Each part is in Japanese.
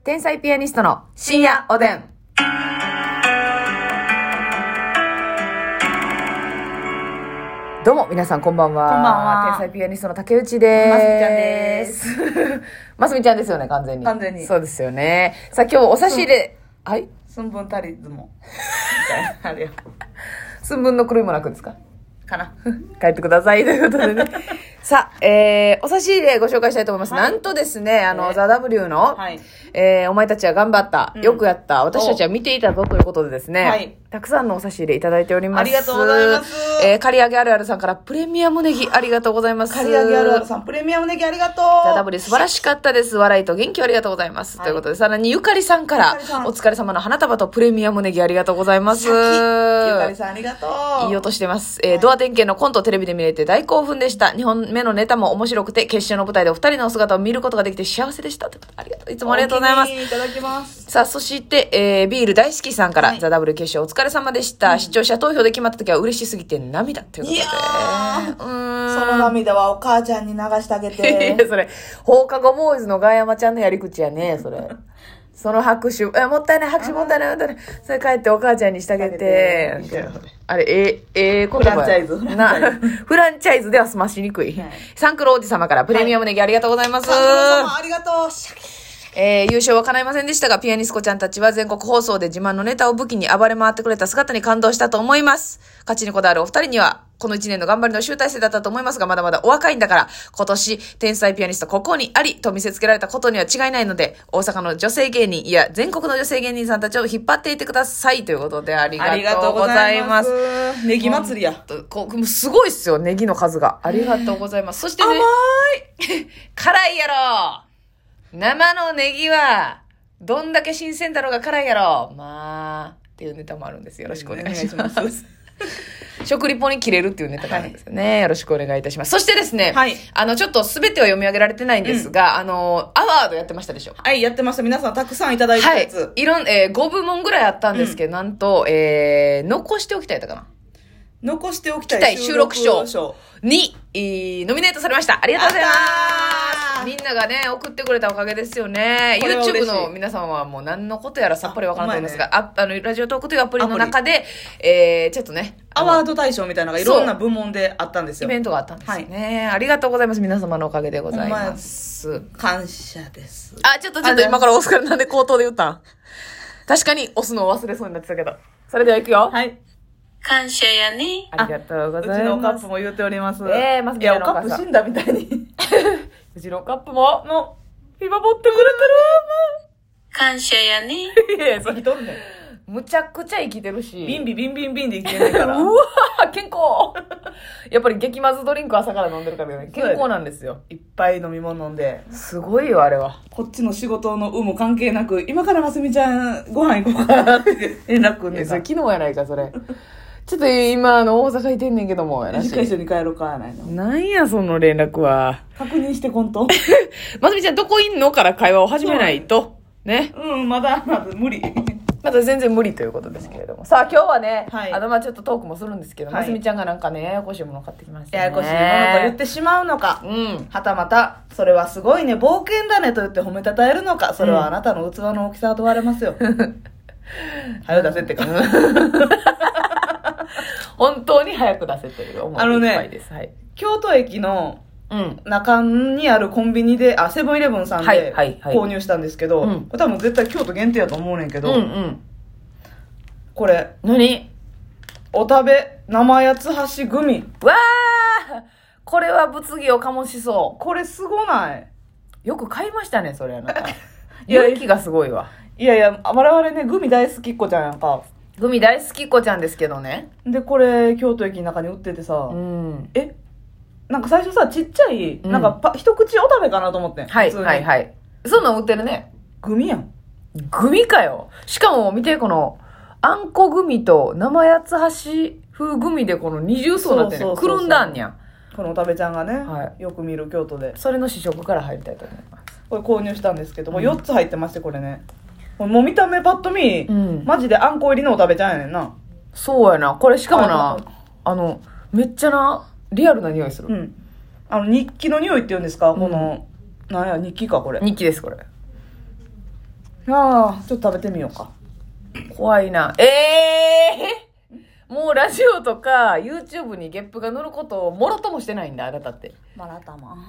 天才ピアニストの深夜おでん。どうも皆さんこんばんは。 こんばんは。 天才ピアニストの竹内です。 ますみちゃんです。 ますみちゃんですよね、完全に。 完全に。 そうですよね。さあ今日お差し入れ、はい。 寸分足りずも。みたいな、あれよ。 寸分の狂いもなくですかかな。 帰ってくださいということでね。さあ、お差し入れご紹介したいと思います。はい、なんとですね、ザ・ W の、はい、お前たちは頑張った、よくやった、私たちは見ていたぞということでですね、はい、たくさんのお差し入れいただいております。 ありがとうございます。 刈り上げあるあるさんからプレミアムネギありがとうございます。 刈り上げあるあるさん、プレミアムネギありがとう。 ザ・ W 素晴らしかったです。笑いと元気ありがとうございます。はい、ということで、さらにゆかりさんから、お疲れ様の花束とプレミアムネギありがとうございます。ゆかりさんありがとう。 いい音してます。ドア点検のコントをテレビで見れて大興奮でした。2本目のネタも面白くて、決勝の舞台でお二人のお姿を見ることができて幸せでした。ありがとう。いつもありがとうございます。 いただきます。 さあ、そして、ビール大好きさんから、はい、ザ・ W 決勝お疲れ様でした。視聴者投票で決まった時は嬉しすぎて涙ということで。 いやー、その涙はお母ちゃんに流してあげて。 いや、それ、放課後ボーイズのガヤマちゃんのやり口やね、それ。その拍手、もったいない、拍手もったいない、もったいない。それ帰ってお母ちゃんにしてあげて。あれ、言葉。 フランチャイズ。 フランチャイズでは済ましにくい。はい、サンクロおじ様からプレミアムネギありがとうございます。 サンクロ様ありがとう。 優勝は叶いませんでしたが、ピアニスコちゃんたちは全国放送で自慢のネタを武器に暴れ回ってくれた姿に感動したと思います。勝ちにこだわるお二人には、この一年の頑張りの集大成だったと思いますが、まだまだお若いんだから、今年、天才ピアニストここにありと見せつけられたことには違いないので、大阪の女性芸人、いや、全国の女性芸人さんたちを引っ張っていってくださいということで、ありがとうございます。 ネギ祭りや。 すごいっすよ、ネギの数が。ありがとうございます。そしてね、 甘い辛いやろ生のネギは、どんだけ新鮮だろうが辛いやろまあ、っていうネタもあるんです。よろしくお願いします。食リポに切れるっていうネタがあるんですよね。はい、よろしくお願いいたします。そしてですね、はい、ちょっと全ては読み上げられてないんですが、アワードやってましたでしょ。 はい、やってました。皆さんたくさんいただいたやつ。 はい。5部門ぐらいあったんですけど、なんと、残しておきたいだかな。 残しておきたい収録賞に、ノミネートされました。ありがとうございます。みんながね、送ってくれたおかげですよね。YouTube の皆さんはもう何のことやらさっぱりわからないんですが、ラジオトークというアプリの中で、ちょっっとね、 アワード大賞みたいなのがいろんな部門であったんですよ。 イベントがあったんですよね。はい、ありがとうございます。皆様のおかげでございます。 感謝です。 ちょっと今から押すからなんで口頭で言ったん？確かに押すのを忘れそうになってたけど。それでは行くよ。 はい。感謝やね。 ありがとうございます。 うちのおカップも言っております。 ますみちゃんのお母さん。 いや、おカップ死んだみたいに。 うちのカップも、見守ってくれてる。 感謝やね。いやいや、それとんねん。むちゃくちゃ生きてるし。 ビンビンで生きてないから。 うわー、健康。やっぱり激まずドリンク朝から飲んでるからね。健康なんですよ。 いっぱい飲み物飲んで。 すごいよ、あれは。 こっちの仕事の有無関係なく、今からますみちゃんご飯行こうかって連絡ね。 それ昨日やないか、それ。ちょっと今、大阪いてんねんけども、やなし。 一緒に帰ろうか、ないの。 なんや、その連絡は。 確認してこんと。 ますみちゃんどこいんのから会話を始めないと。ね。 まだ無理。 まだ全然無理ということですけれども。さあ、今日はね、 はい、 ちょっとトークもするんですけど、ますみちゃんがなんかね、ややこしいものを買ってきましたね。 ややこしいものと言ってしまうのか。はたまた、それはすごいね、冒険だねと言って褒めたたえるのか。それはあなたの器の大きさが問われますよ。はよ出せってか。 本当に早く出せてる思いいっぱいです。はい、 京都駅の中にあるコンビニで、セブンイレブンさんで購入したんですけど、これ多分絶対京都限定やと思うねんけど、これ、 何？ お食べ生八つ橋グミ。 わー！これは物議を醸しそう。 これすごない？ よく買いましたね、それ。なんか勇気がすごいわ。 いやいや、我々ね、グミ大好きっ子ちゃんやんか。 グミ大好きっ子ちゃんですけどね。 で、これ、京都駅の中に売っててさ、なんか最初さ、ちっちゃい、なんか一口お食べかなと思ってん。 はい、はいはい。そんなん売ってるね。 グミやん。 グミかよ。しかも見て、この、あんこグミと生八つ橋風グミでこの二重層になってね、くるんだんにゃん。 このお食べちゃんがね、よく見る京都で。 それの試食から入りたいと思います。 これ購入したんですけど、4つ入ってまして、これね。もう見た目パッと見、マジであんこ入りのお食べちゃんやねんな。 そうやな。これしかもな、めっちゃな、リアルな匂いする。 日記の匂いって言うんですか、この、なんや、日記か、これ。 日記です、これ。 ああ、ちょっと食べてみようか。 怖いな。もうラジオとか YouTube にゲップが乗ることをもろともしてないんだ、あなたって。 マラタマン。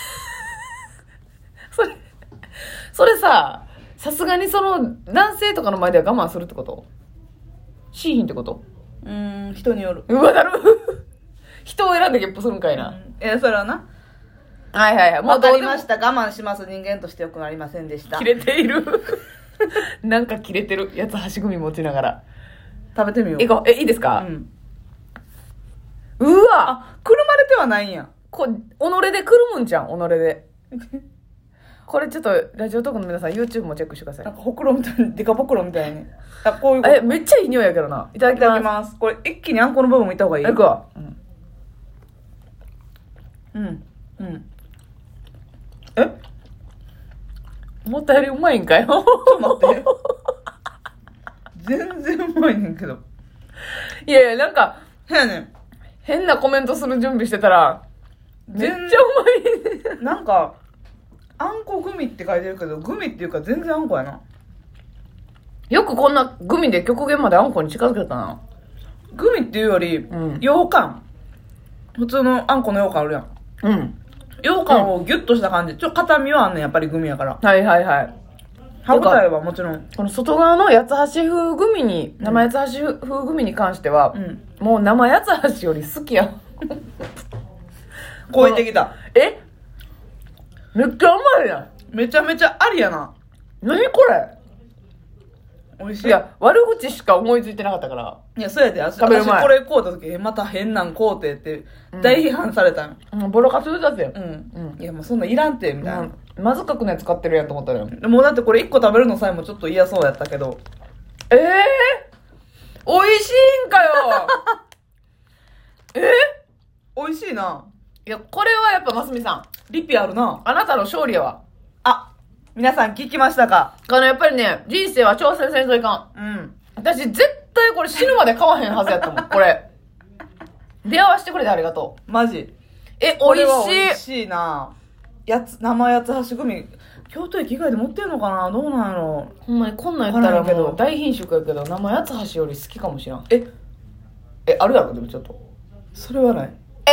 それさ、さすがにその男性とかの前では我慢するってこと？しーひんってこと？ 人による。 うわ、だる。人を選んでゲップするんかいな。 それはな。 はいはいはい。 もうわかりました。我慢します。人間としてよくなりませんでした。 切れている。なんか切れてる。八つ橋組持ちながら。 食べてみよう。 いこう。いいですか？うわ、 あ、くるまれてはないんや。 己でくるむんじゃん、己で。これちょっと、ラジオトークの皆さん、YouTube もチェックしてください。 なんかほくろみたいに、デカほくろみたいに。こういうこと。 めっちゃいい匂いやけどな。いただきます。 これ、一気にあんこの部分もいった方がいい？ いくわ。思ったよりうまいんかよ。 ちょっと待って。全然うまいねんけど。 いやいや、なんか、 変なコメントする準備してたら、めっちゃうまい。 なんか、あんこグミって書いてるけど、グミっていうか全然あんこやな。 よくこんなグミで極限まであんこに近づけたな。 グミっていうより、羊羹。普通のあんこの羊羹あるやん。羊羹をギュッとした感じ。ちょっと硬みはあんねん、やっぱりグミやから。 はいはいはい。 歯応えはもちろん。 この外側の八つ橋風グミに、生八つ橋風グミに関しては、もう生八つ橋より好きや。 超えてきた。 めっちゃうまいやん。 めちゃめちゃありやな。 何これ。 美味しい。 いや、悪口しか思いついてなかったから。 いや、そうやで。私これ買うた時、また変なん買うてって大批判されたん。 ボロカスだって。 いや、もうそんなんいらんて、みたいな。 まずかくない使ってるやんと思ったのよ。 もうだってこれ1個食べるのさえもちょっと嫌そうやったけど。 美味しいんかよ。 美味しいな。 いや、これはやっぱますみさん。 リピあるな。 あなたの勝利やわ。 皆さん聞きましたか？ やっぱりね、人生は挑戦せんといかん。私絶対これ死ぬまで買わへんはずやったもん、これ。出会わしてくれてありがとう。マジ。 美味しい。 美味しいな。生八つ橋グミ。京都駅以外で持ってんのかな？どうなんやろ。 ほんまにこんなんやったらもう大品種やけど、生八つ橋より好きかもしらん。あるやろ、でもちょっと。 それはない。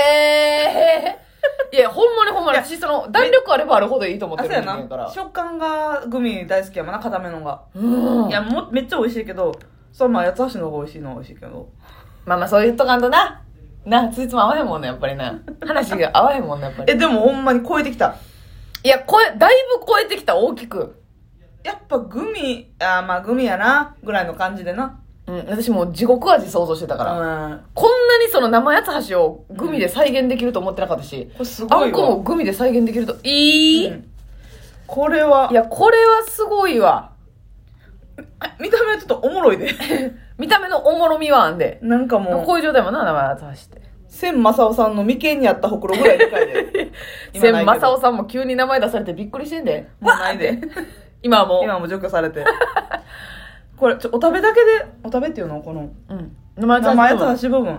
いや、ほんまに私、弾力あればあるほどいいと思ってる人間やから。 食感がグミ大好きやもんな、固めのが。いや、めっちゃ美味しいけど、八つ橋の方が美味しいのは美味しいけど。 まあそう言っとかんとな。ついつも合わへんもんね、やっぱりな。話が合わへんもんね、やっぱり。 でもほんまに超えてきた。 いや、だいぶ超えてきた、大きく。 やっぱグミやな、ぐらいの感じでな。 私もう地獄味想像してたから。こんなにその生八つ橋をグミで再現できると思ってなかったし、あんこもグミで再現できるとこれは。 いや、これはすごいわ。 見た目はちょっとおもろいで。 見た目のおもろみはあんで。 なんかもう。 こういう状態もな、生八つ橋って。 千正夫さんの眉間にあったほくろぐらいでかいで。 千正夫さんも急に名前出されてびっくりしてんで。 もうないで。 今も除去されて。これ、お食べだけで、お食べっていうのこの。生八つ橋部分。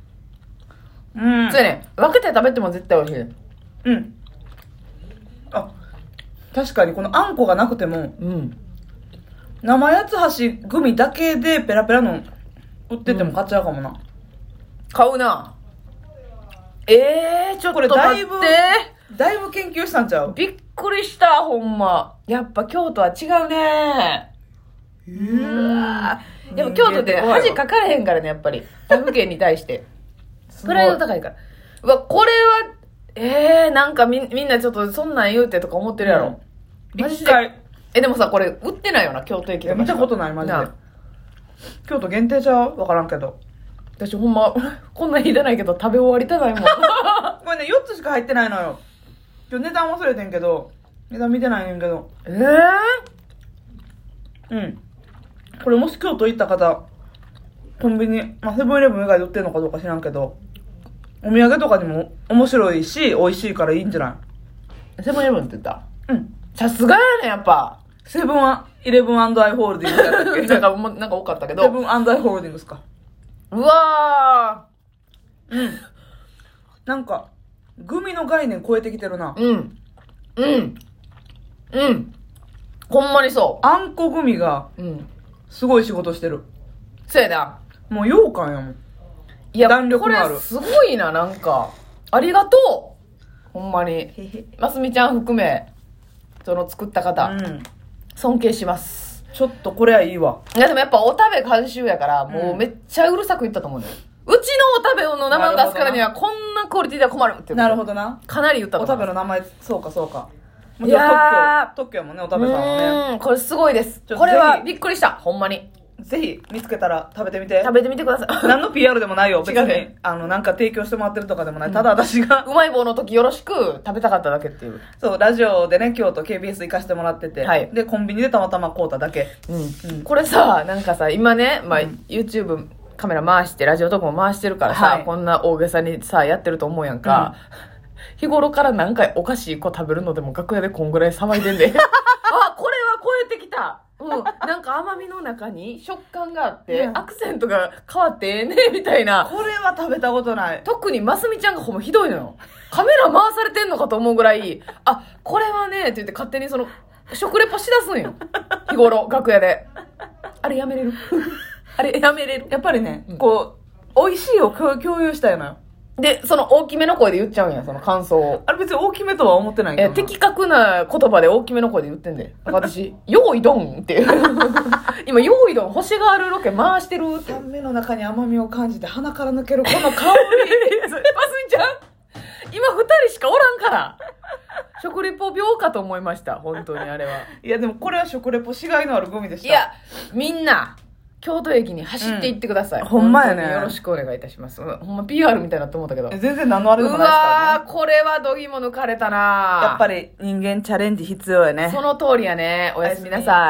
そうやね。分けて食べても絶対美味しい。 確かにこのあんこがなくても、生八つ橋グミだけでペラペラの売ってても買っちゃうかもな。 買うな。ちょっと待って。 だいぶ研究したんちゃう？ びっくりした、ほんま。やっぱ京都は違うね。でも京都って恥かかれへんからね、やっぱり。他府県に対して。プライド高いから。これは、なんかみんなちょっとそんなん言うてとか思ってるやろ。マジで。でもさ、これ売ってないよな、京都駅とか。 見たことない、マジで。京都限定ちゃう？わからんけど。 私ほんま、こんなん言いたないけど食べ終わりたないもん。 これね、4つしか入ってないのよ。今日値段忘れてんけど、値段見てないねんけど。これもし京都行った方、コンビニ、セブンイレブン以外で売ってんのかどうか知らんけど、お土産とかにも面白いし、美味しいからいいんじゃない？ セブンイレブンって言った？さすがやね、やっぱ。 セブンイレブン&アイ・ホールディングスだったっけ？ なんか多かったけど。 セブン&アイ・ホールディングスか。 うわー。なんか、グミの概念超えてきてるな。 ほんまにそう。 あんこグミが、すごい仕事してる。 そうやな。 もう羊羹やもん。 いや、 弾力のある。 これすごいな、なんか。ありがとう。ほんまに。ますみちゃん含め、その作った方、尊敬します。 ちょっとこれはいいわ。 いや、でもやっぱお食べ監修やから、もうめっちゃうるさく言ったと思うね。うちのお食べの名前を出すからには、こんなクオリティでは困るって。 なるほどな。 かなり言ったと思う。 お食べの名前、そうかそうか。 いやー、特許やもんね、お食べさんはね。 これすごいです。これはびっくりした。ほんまに。 ぜひ見つけたら食べてみて。 食べてみてください。 何の PR でもないよ。別に、なんか提供してもらってるとかでもない。ただ私が。 うまい棒の時よろしく食べたかっただけっていう。 そう、ラジオでね、京都 KBS 行かしてもらってて。はい。で、コンビニでたまたま買うただけ。 これさ、なんかさ、今ね、まあ、YouTube カメラ回して、ラジオとかも回してるからさ、こんな大げさにさ、やってると思うやんか。日頃から何回お菓子1個食べるのでも楽屋でこんぐらい騒いでんで。あ、これは超えてきた。なんか甘みの中に食感があって、アクセントが変わってええねみたいな。 これは食べたことない。 特にますみちゃんがほんまひどいのよ。カメラ回されてんのかと思うぐらい、あ、これはねって言って勝手にその食レポしだすんよ。日頃楽屋で。あれやめれるあれやめれる。 やっぱりね、こう美味しいを共有したいのよ。 で、その大きめの声で言っちゃうんや、その感想を。 あれ別に大きめとは思ってないけど。 的確な言葉で大きめの声で言ってんで。私、用意ドンっていう。今、用意ドン、星があるロケ回してるって。 目の中に甘みを感じて鼻から抜けるこの香り。 ますみちゃん、今2人しかおらんから。食レポ病かと思いました、本当にあれは。 いや、でもこれは食レポしがいのあるグミでした。 いや、みんな、京都駅に走って行ってください。 ほんまやね。 よろしくお願いいたします。ほんま PR みたいなと思ったけど。 全然何のあれでもないですからね。 うわー、これはどぎも抜かれたな。 やっぱり人間チャレンジ必要やね。 その通りやね。おやすみなさい。